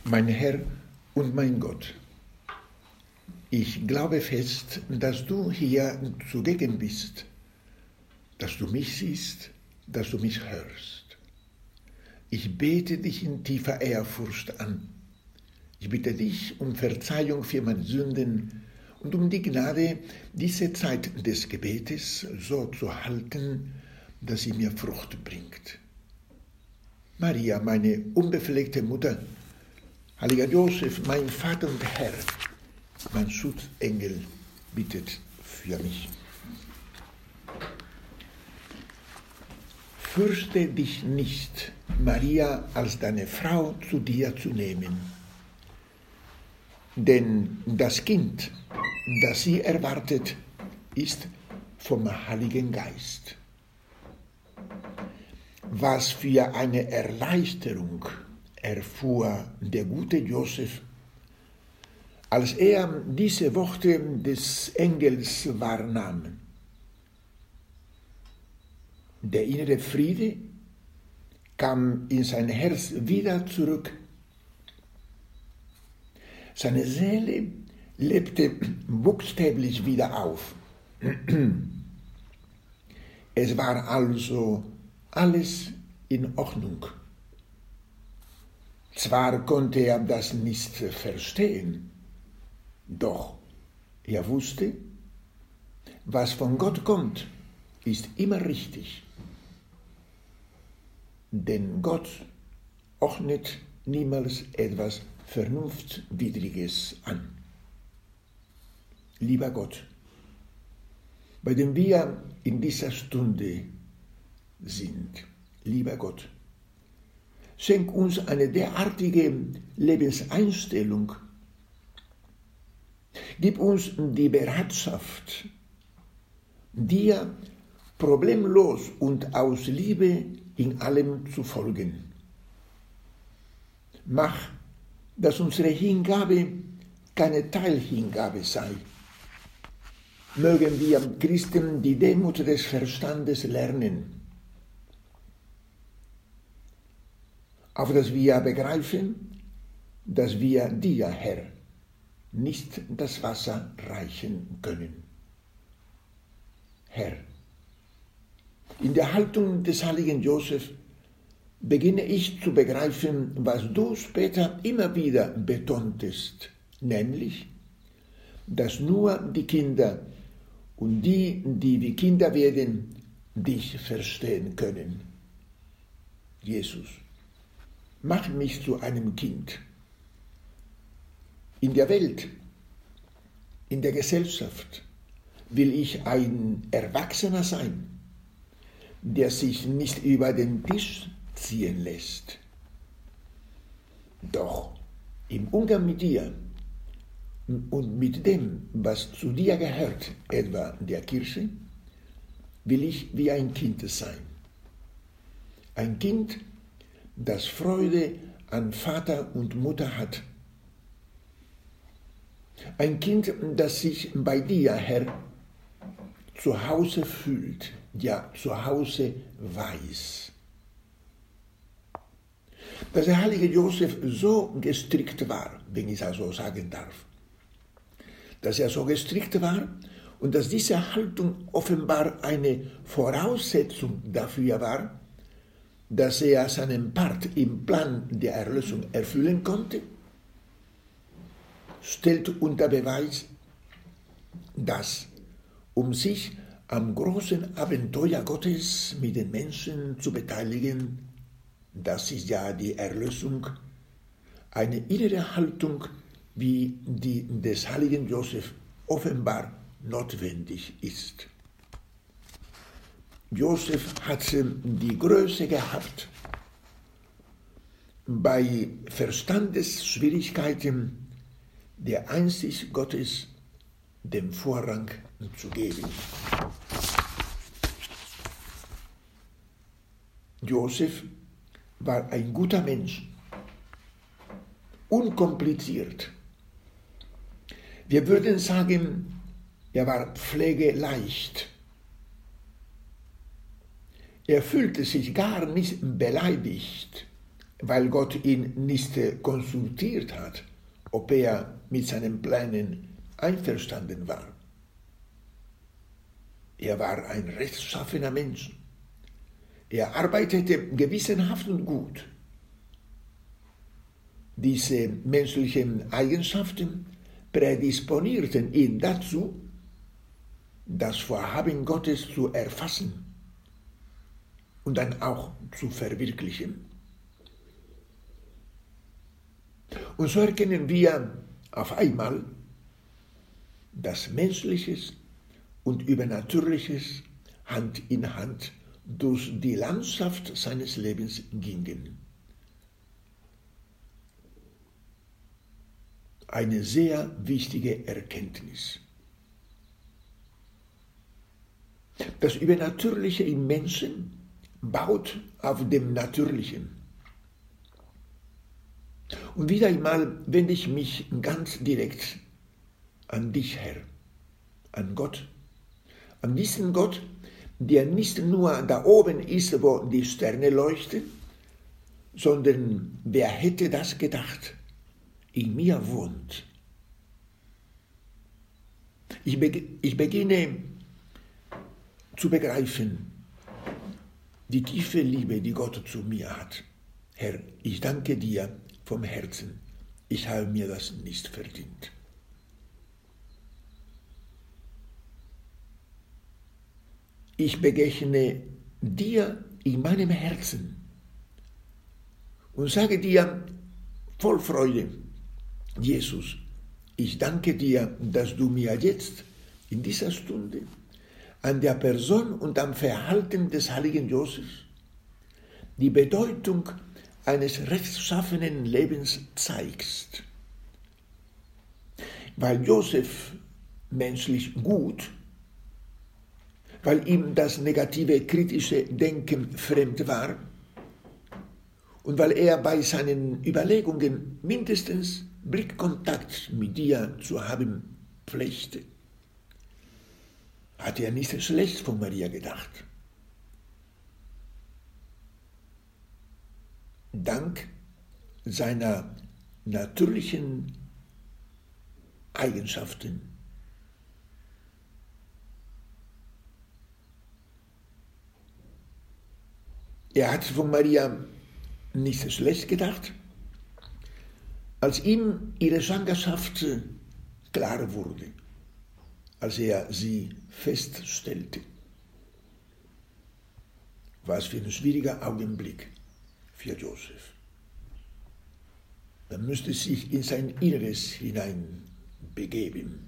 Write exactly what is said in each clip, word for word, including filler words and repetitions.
Mein Herr und mein Gott, ich glaube fest, dass du hier zugegen bist, dass du mich siehst, dass du mich hörst. Ich bete dich in tiefer Ehrfurcht an. Ich bitte dich um Verzeihung für meine Sünden und um die Gnade, diese Zeit des Gebetes so zu halten, dass sie mir Frucht bringt. Maria, meine unbefleckte Mutter, heiliger Josef, mein Vater und Herr, mein Schutzengel, bittet für mich. Fürchte dich nicht, Maria als deine Frau zu dir zu nehmen, denn das Kind, das sie erwartet, ist vom Heiligen Geist. Was für eine Erleichterung erfuhr der gute Josef, als er diese Worte des Engels wahrnahm. Der innere Friede kam in sein Herz wieder zurück. Seine Seele lebte buchstäblich wieder auf. Es war also alles in Ordnung. Zwar konnte er das nicht verstehen, doch er wusste, was von Gott kommt, ist immer richtig. Denn Gott ordnet niemals etwas Vernunftwidriges an. Lieber Gott, bei dem wir in dieser Stunde sind, lieber Gott, schenk uns eine derartige Lebenseinstellung. Gib uns die Bereitschaft, dir problemlos und aus Liebe in allem zu folgen. Mach, dass unsere Hingabe keine Teilhingabe sei. Mögen wir Christen die Demut des Verstandes lernen, auf dass wir begreifen, dass wir dir, Herr, nicht das Wasser reichen können. Herr, in der Haltung des heiligen Josef beginne ich zu begreifen, was du später immer wieder betontest, nämlich, dass nur die Kinder und die, die wie Kinder werden, dich verstehen können. Jesus, mach mich zu einem Kind. In der Welt, in der Gesellschaft will ich ein Erwachsener sein, der sich nicht über den Tisch ziehen lässt. Doch im Umgang mit dir und mit dem, was zu dir gehört, etwa der Kirche, will ich wie ein Kind sein. Ein Kind, das Freude an Vater und Mutter hat. Ein Kind, das sich bei dir, Herr, zu Hause fühlt, ja zu Hause weiß. Dass der heilige Josef so gestrickt war, wenn ich das so sagen darf, dass er so gestrickt war und dass diese Haltung offenbar eine Voraussetzung dafür war, dass er seinen Part im Plan der Erlösung erfüllen konnte, stellt unter Beweis, dass, um sich am großen Abenteuer Gottes mit den Menschen zu beteiligen, das ist ja die Erlösung, eine innere Haltung wie die des heiligen Josef offenbar notwendig ist. Josef hatte die Größe gehabt, bei Verstandesschwierigkeiten der Einsicht Gottes den Vorrang zu geben. Josef war ein guter Mensch, unkompliziert. Wir würden sagen, er war pflegeleicht. Er fühlte sich gar nicht beleidigt, weil Gott ihn nicht konsultiert hat, ob er mit seinen Plänen einverstanden war. Er war ein rechtschaffener Mensch. Er arbeitete gewissenhaft und gut. Diese menschlichen Eigenschaften prädisponierten ihn dazu, das Vorhaben Gottes zu erfassen und dann auch zu verwirklichen. Und so erkennen wir auf einmal, dass Menschliches und Übernatürliches Hand in Hand durch die Landschaft seines Lebens gingen. Eine sehr wichtige Erkenntnis. Das Übernatürliche im Menschen baut auf dem Natürlichen. Und wieder einmal wende ich mich ganz direkt an dich, Herr, an Gott, an diesen Gott, der nicht nur da oben ist, wo die Sterne leuchten, sondern wer hätte das gedacht, in mir wohnt. Ich, be- ich beginne zu begreifen, die tiefe Liebe, die Gott zu mir hat. Herr, ich danke dir vom Herzen, ich habe mir das nicht verdient. Ich begegne dir in meinem Herzen und sage dir voll Freude, Jesus, ich danke dir, dass du mir jetzt in dieser Stunde an der Person und am Verhalten des heiligen Josef die Bedeutung eines rechtschaffenen Lebens zeigst. Weil Josef menschlich gut, weil ihm das negative, kritische Denken fremd war und weil er bei seinen Überlegungen mindestens Blickkontakt mit dir zu haben pflegte, hat er nicht schlecht von Maria gedacht. Dank seiner natürlichen Eigenschaften. Er hat von Maria nicht schlecht gedacht, als ihm ihre Schwangerschaft klar wurde, als er sie feststellte. Was für ein schwieriger Augenblick für Josef. Man müsste sich in sein Inneres hinein begeben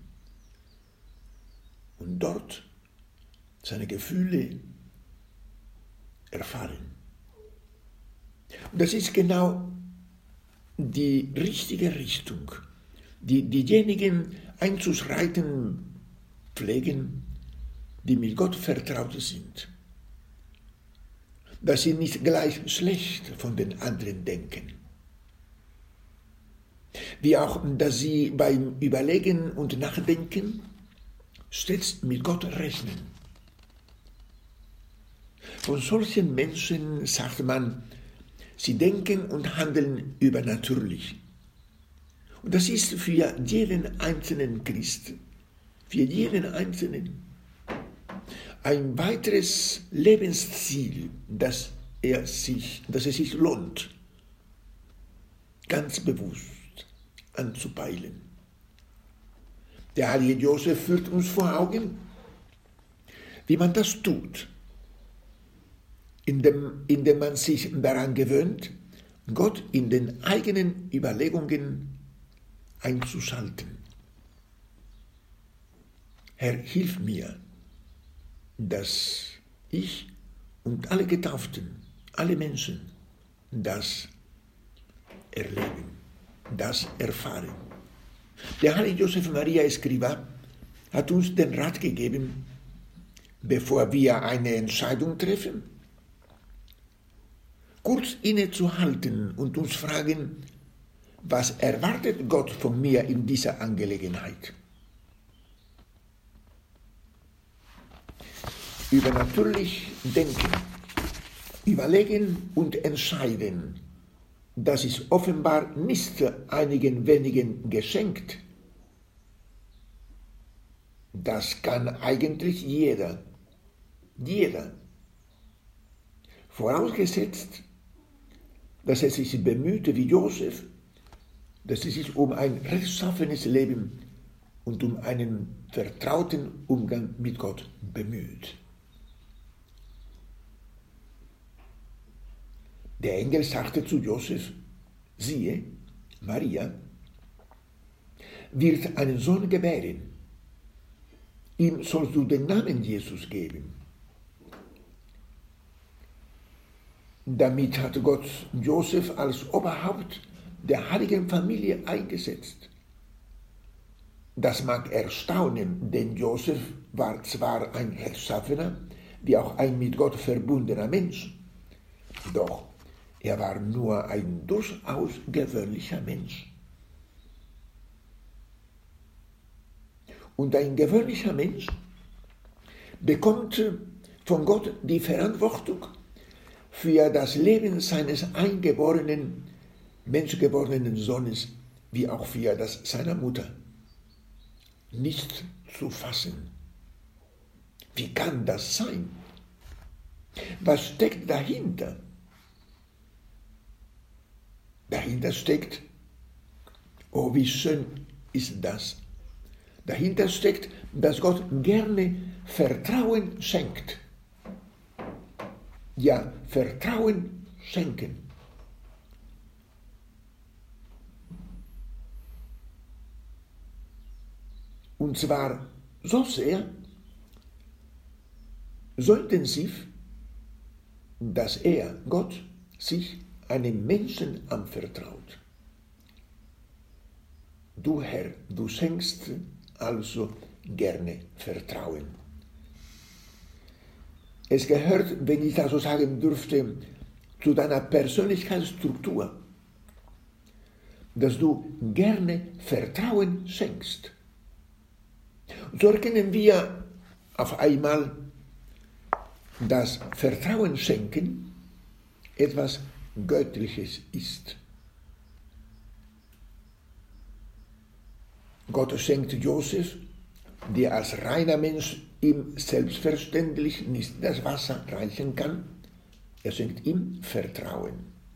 und dort seine Gefühle erfahren. Und das ist genau die richtige Richtung, die diejenigen einzuschreiten pflegen, die mit Gott vertraut sind. Dass sie nicht gleich schlecht von den anderen denken. Wie auch, dass sie beim Überlegen und Nachdenken stets mit Gott rechnen. Von solchen Menschen sagt man, sie denken und handeln übernatürlich. Und das ist für jeden einzelnen Christ, für jeden Einzelnen ein weiteres Lebensziel, das, er sich, dass es sich lohnt, ganz bewusst anzupeilen. Der heilige Josef führt uns vor Augen, wie man das tut, indem, indem man sich daran gewöhnt, Gott in den eigenen Überlegungen einzuschalten. Herr, hilf mir, dass ich und alle Getauften, alle Menschen das erleben, das erfahren. Der heilige Josef Maria Escrivá hat uns den Rat gegeben, bevor wir eine Entscheidung treffen, kurz innezuhalten und uns fragen, was erwartet Gott von mir in dieser Angelegenheit? Übernatürlich denken, überlegen und entscheiden das ist offenbar nicht einigen wenigen geschenkt. Das kann eigentlich jeder. Jeder. Vorausgesetzt, dass er sich bemühte wie Josef, dass er sich um ein rechtschaffenes Leben und um einen vertrauten Umgang mit Gott bemüht. Der Engel sagte zu Josef, siehe, Maria wird einen Sohn gebären. Ihm sollst du den Namen Jesus geben. Damit hat Gott Josef als Oberhaupt der heiligen Familie eingesetzt. Das mag erstaunen, denn Josef war zwar ein rechtschaffener, wie auch ein mit Gott verbundener Mensch, doch er war nur ein durchaus gewöhnlicher Mensch. Und ein gewöhnlicher Mensch bekommt von Gott die Verantwortung für das Leben seines eingeborenen, menschgeborenen Sohnes, wie auch für das seiner Mutter. Nicht zu fassen. Wie kann das sein? Was steckt dahinter? Dahinter steckt, oh wie schön ist das, dahinter steckt, dass Gott gerne Vertrauen schenkt. Ja, Vertrauen schenken. Und zwar so sehr, so intensiv, dass er, Gott, sich einem Menschen anvertraut. Du Herr, du schenkst also gerne Vertrauen. Es gehört, wenn ich das so sagen dürfte, zu deiner Persönlichkeitsstruktur, dass du gerne Vertrauen schenkst. So erkennen wir auf einmal, dass Vertrauen schenken etwas Göttliches ist. Gott schenkt Josef, der als reiner Mensch ihm selbstverständlich nicht das Wasser reichen kann, er schenkt ihm Vertrauen.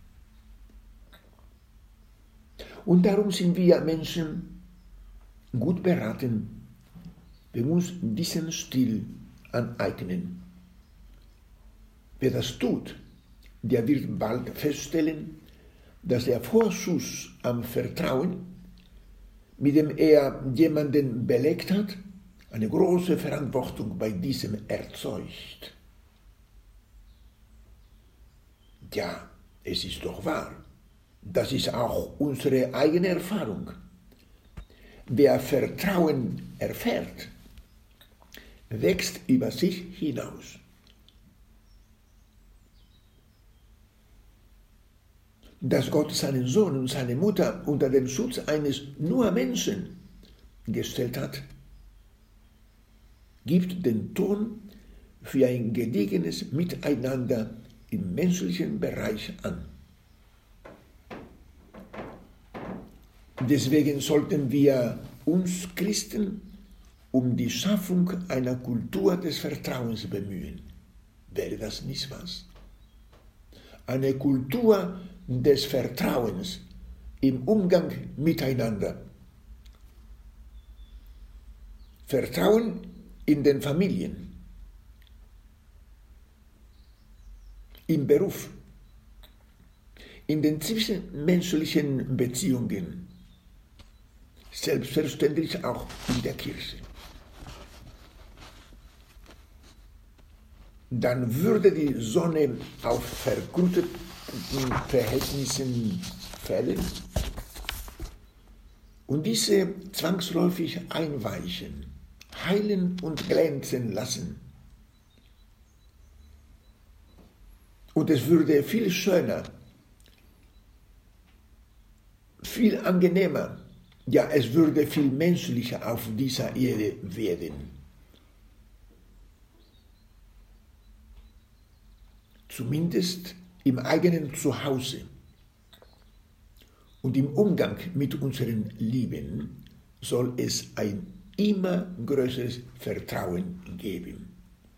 Und darum sind wir Menschen gut beraten, wir uns diesen Stil aneignen. Wer das tut, der wird bald feststellen, dass der Vorschuss am Vertrauen, mit dem er jemanden belegt hat, eine große Verantwortung bei diesem erzeugt. Ja, es ist doch wahr. Das ist auch unsere eigene Erfahrung. Wer Vertrauen erfährt, wächst über sich hinaus. Dass Gott seinen Sohn und seine Mutter unter den Schutz eines nur Menschen gestellt hat, gibt den Ton für ein gediegenes Miteinander im menschlichen Bereich an. Deswegen sollten wir uns Christen um die Schaffung einer Kultur des Vertrauens bemühen. Wäre das nicht was? Eine Kultur des Vertrauens im Umgang miteinander. Vertrauen in den Familien, im Beruf, in den zwischenmenschlichen Beziehungen, selbstverständlich auch in der Kirche. Dann würde die Sonne auf verkrusteten Verhältnissen fallen und diese zwangsläufig einweichen, heilen und glänzen lassen. Und es würde viel schöner, viel angenehmer, ja, es würde viel menschlicher auf dieser Erde werden. Zumindest im eigenen Zuhause. Und im Umgang mit unseren Lieben soll es ein immer größeres Vertrauen geben.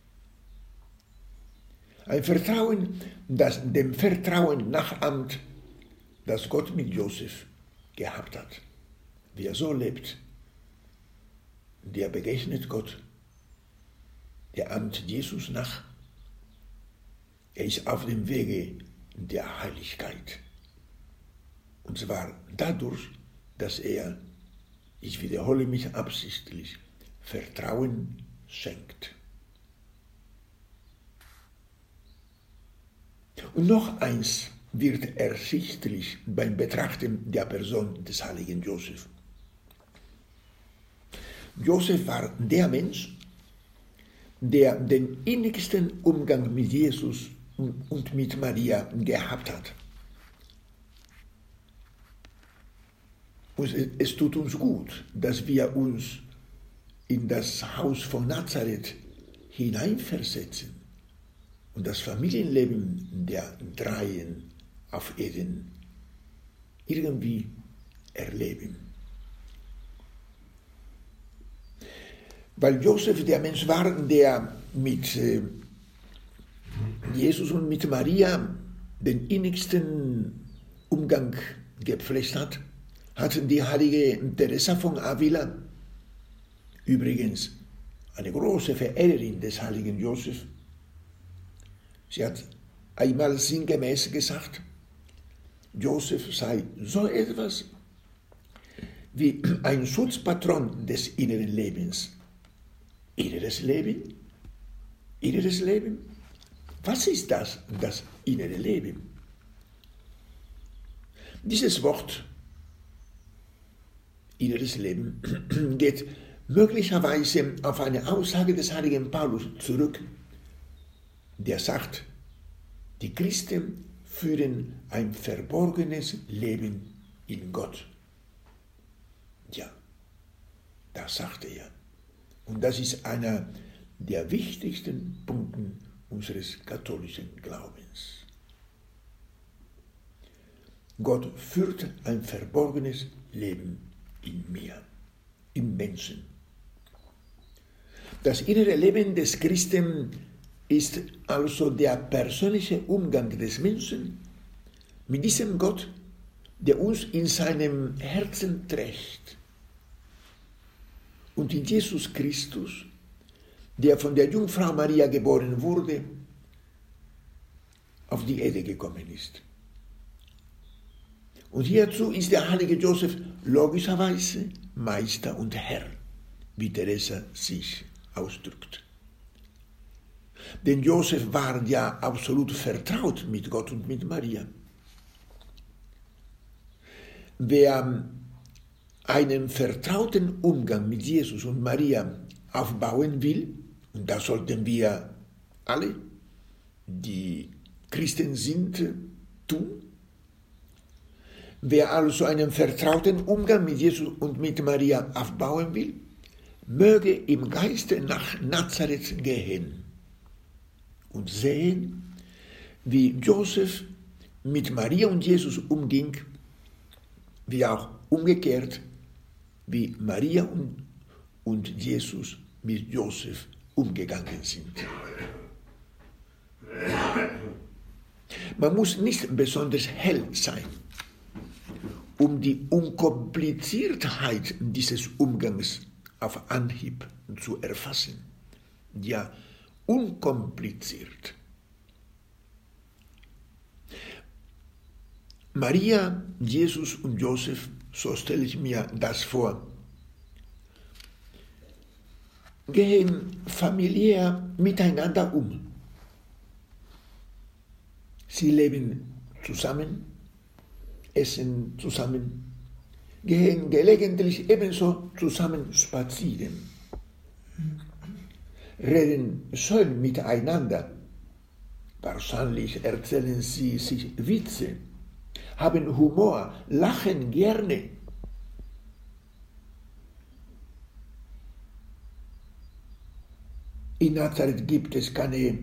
Ein Vertrauen, das dem Vertrauen nachahmt, das Gott mit Josef gehabt hat. Wer so lebt, der begegnet Gott, der ahmt Jesus nach. Er ist auf dem Wege der Heiligkeit. Und zwar dadurch, dass er, ich wiederhole mich absichtlich, Vertrauen schenkt. Und noch eins wird ersichtlich beim Betrachten der Person des heiligen Josef. Josef war der Mensch, der den innigsten Umgang mit Jesus und mit Maria gehabt hat. Und es tut uns gut, dass wir uns in das Haus von Nazareth hineinversetzen und das Familienleben der Dreien auf Erden irgendwie erleben. Weil Josef der Mensch war, der mit Jesus und mit Maria den innigsten Umgang gepflegt hat, hat die heilige Teresa von Avila, übrigens eine große Verehrerin des heiligen Josef, sie hat einmal sinngemäß gesagt, Josef sei so etwas wie ein Schutzpatron des inneren Lebens. Inneres Leben? Inneres Leben? Was ist das, das innere Leben? Dieses Wort, inneres Leben, geht möglicherweise auf eine Aussage des heiligen Paulus zurück, der sagt, die Christen führen ein verborgenes Leben in Gott. Ja, das sagte er. Und das ist einer der wichtigsten Punkte unseres katholischen Glaubens. Gott führt ein verborgenes Leben in mir, im Menschen. Das innere Leben des Christen ist also der persönliche Umgang des Menschen mit diesem Gott, der uns in seinem Herzen trägt. Und in Jesus Christus, der von der Jungfrau Maria geboren wurde, auf die Erde gekommen ist. Und hierzu ist der heilige Josef logischerweise Meister und Herr, wie Teresa sich ausdrückt. Denn Josef war ja absolut vertraut mit Gott und mit Maria. Wer einen vertrauten Umgang mit Jesus und Maria aufbauen will, und das sollten wir alle, die Christen sind, tun, wer also einen vertrauten Umgang mit Jesus und mit Maria aufbauen will, möge im Geiste nach Nazareth gehen und sehen, wie Josef mit Maria und Jesus umging, wie auch umgekehrt, wie Maria und, und Jesus mit Josef umgegangen sind. Man muss nicht besonders hell sein, um die Unkompliziertheit dieses Umgangs auf Anhieb zu erfassen. Ja, unkompliziert. Maria, Jesus und Josef, so stelle ich mir das vor, gehen familiär miteinander um. Sie leben zusammen, essen zusammen, gehen gelegentlich ebenso zusammen spazieren, reden schön miteinander, wahrscheinlich erzählen sie sich Witze, haben Humor, lachen gerne. In Nazareth gibt es keine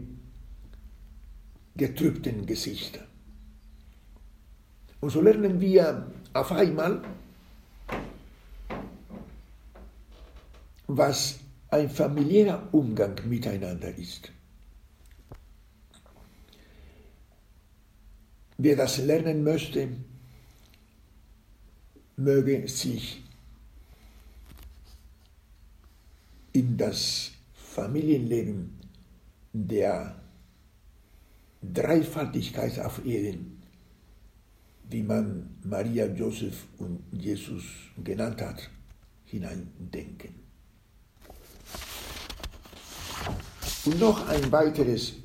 getrübten Gesichter. Und so lernen wir auf einmal, was ein familiärer Umgang miteinander ist. Wer das lernen möchte, möge sich in das Familienleben der Dreifaltigkeit auf Erden, wie man Maria, Josef und Jesus genannt hat, hineindenken. Und noch ein weiteres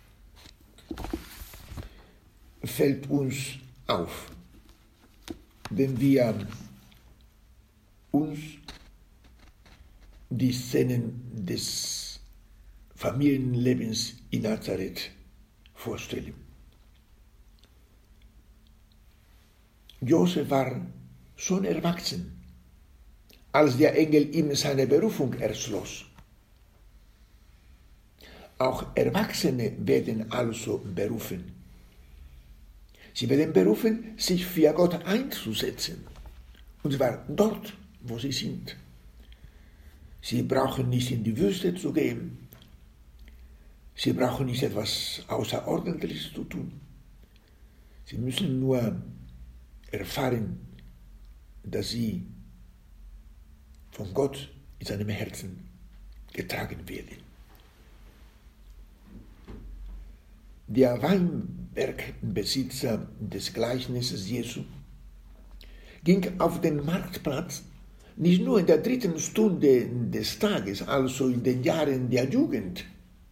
fällt uns auf, wenn wir uns die Szenen des Familienlebens in Nazareth vorstellen. Josef war schon erwachsen, als der Engel ihm seine Berufung erschloss. Auch Erwachsene werden also berufen. Sie werden berufen, sich für Gott einzusetzen, und zwar dort, wo sie sind. Sie brauchen nicht in die Wüste zu gehen. Sie brauchen nicht etwas Außerordentliches zu tun. Sie müssen nur erfahren, dass sie von Gott in seinem Herzen getragen werden. Der Weinbergbesitzer des Gleichnisses Jesu ging auf den Marktplatz nicht nur in der dritten Stunde des Tages, also in den Jahren der Jugend,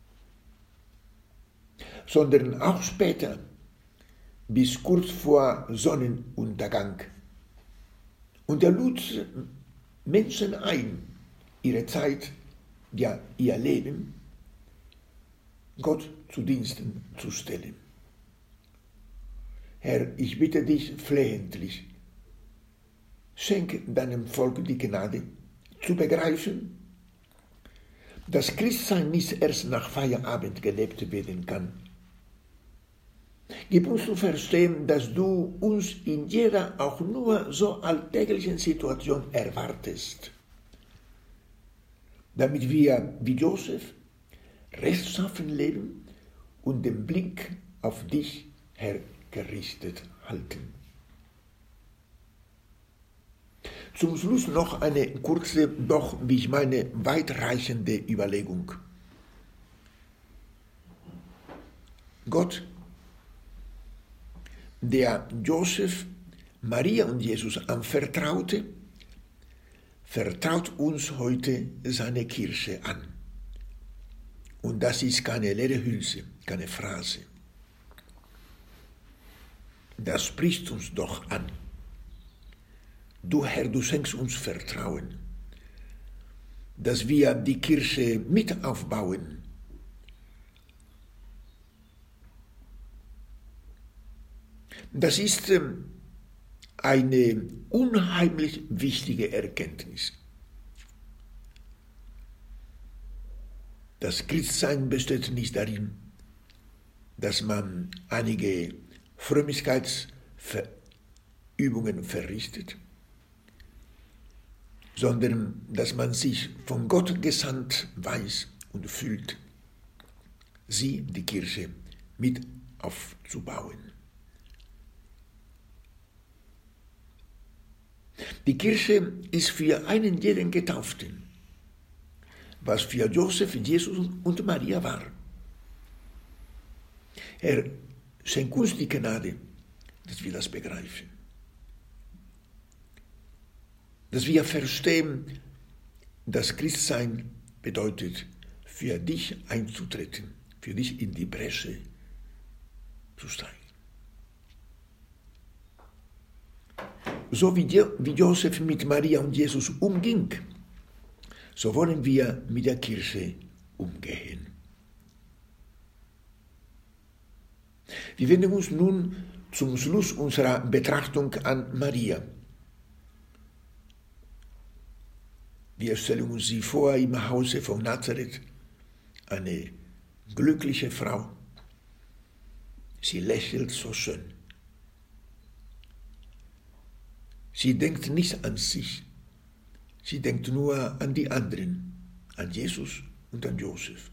sondern auch später, bis kurz vor Sonnenuntergang. Und er lud Menschen ein, ihre Zeit, ja ihr Leben, Gott zu Diensten zu stellen. Herr, ich bitte dich flehentlich, schenke deinem Volk die Gnade, zu begreifen, dass Christsein nicht erst nach Feierabend gelebt werden kann. Gib uns zu verstehen, dass du uns in jeder auch nur so alltäglichen Situation erwartest, damit wir wie Josef rechtschaffen leben und den Blick auf dich, Herr, gerichtet halten. Zum Schluss noch eine kurze, doch, wie ich meine, weitreichende Überlegung. Gott, der Josef, Maria und Jesus anvertraute, vertraut uns heute seine Kirche an. Und das ist keine leere Hülse, keine Phrase. Das spricht uns doch an. Du Herr, du schenkst uns Vertrauen, dass wir die Kirche mit aufbauen. Das ist eine unheimlich wichtige Erkenntnis. Das Christsein besteht nicht darin, dass man einige Frömmigkeitsübungen verrichtet, sondern dass man sich von Gott gesandt weiß und fühlt, sie, die Kirche, mit aufzubauen. Die Kirche ist für einen jeden Getauften, was für Josef, Jesus und Maria war. Herr, schenk uns die Gnade, dass wir das begreifen. Dass wir verstehen, dass Christsein bedeutet, für dich einzutreten, für dich in die Bresche zu steigen. So wie, wie Josef mit Maria und Jesus umging, so wollen wir mit der Kirche umgehen. Wir wenden uns nun zum Schluss unserer Betrachtung an Maria. Wir stellen uns sie vor im Hause von Nazareth, eine glückliche Frau. Sie lächelt so schön. Sie denkt nicht an sich. Sie denkt nur an die anderen, an Jesus und an Josef.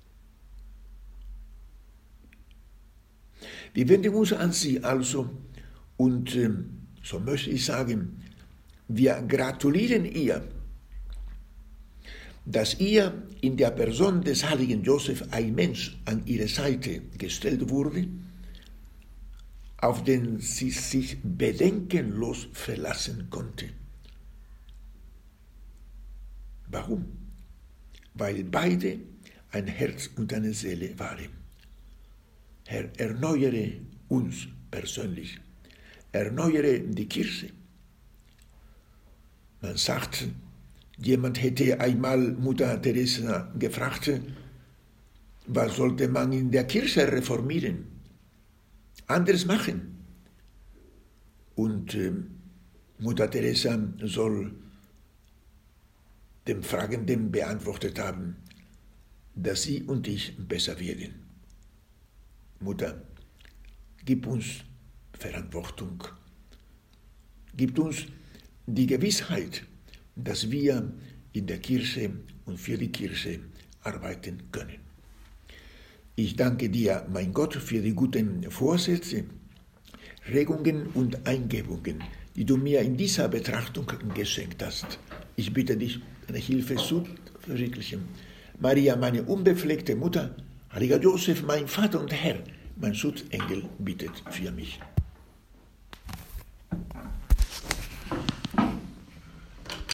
Wir wenden uns an sie also und, äh, so möchte ich sagen, wir gratulieren ihr, dass ihr in der Person des heiligen Josef ein Mensch an ihre Seite gestellt wurde, auf den sie sich bedenkenlos verlassen konnte. Warum? Weil beide ein Herz und eine Seele waren. Herr, erneuere uns persönlich, erneuere die Kirche. Man sagt, jemand hätte einmal Mutter Teresa gefragt, was sollte man in der Kirche reformieren, anders machen? Und äh, Mutter Teresa soll dem Fragenden beantwortet haben, dass sie und ich besser werden. Mutter, gib uns Verantwortung, gib uns die Gewissheit, dass wir in der Kirche und für die Kirche arbeiten können. Ich danke dir, mein Gott, für die guten Vorsätze, Regungen und Eingebungen, die du mir in dieser Betrachtung geschenkt hast. Ich bitte dich, deine Hilfe zu verwirklichen. Maria, meine unbefleckte Mutter, heiliger Josef, mein Vater und Herr, mein Schutzengel, bittet für mich.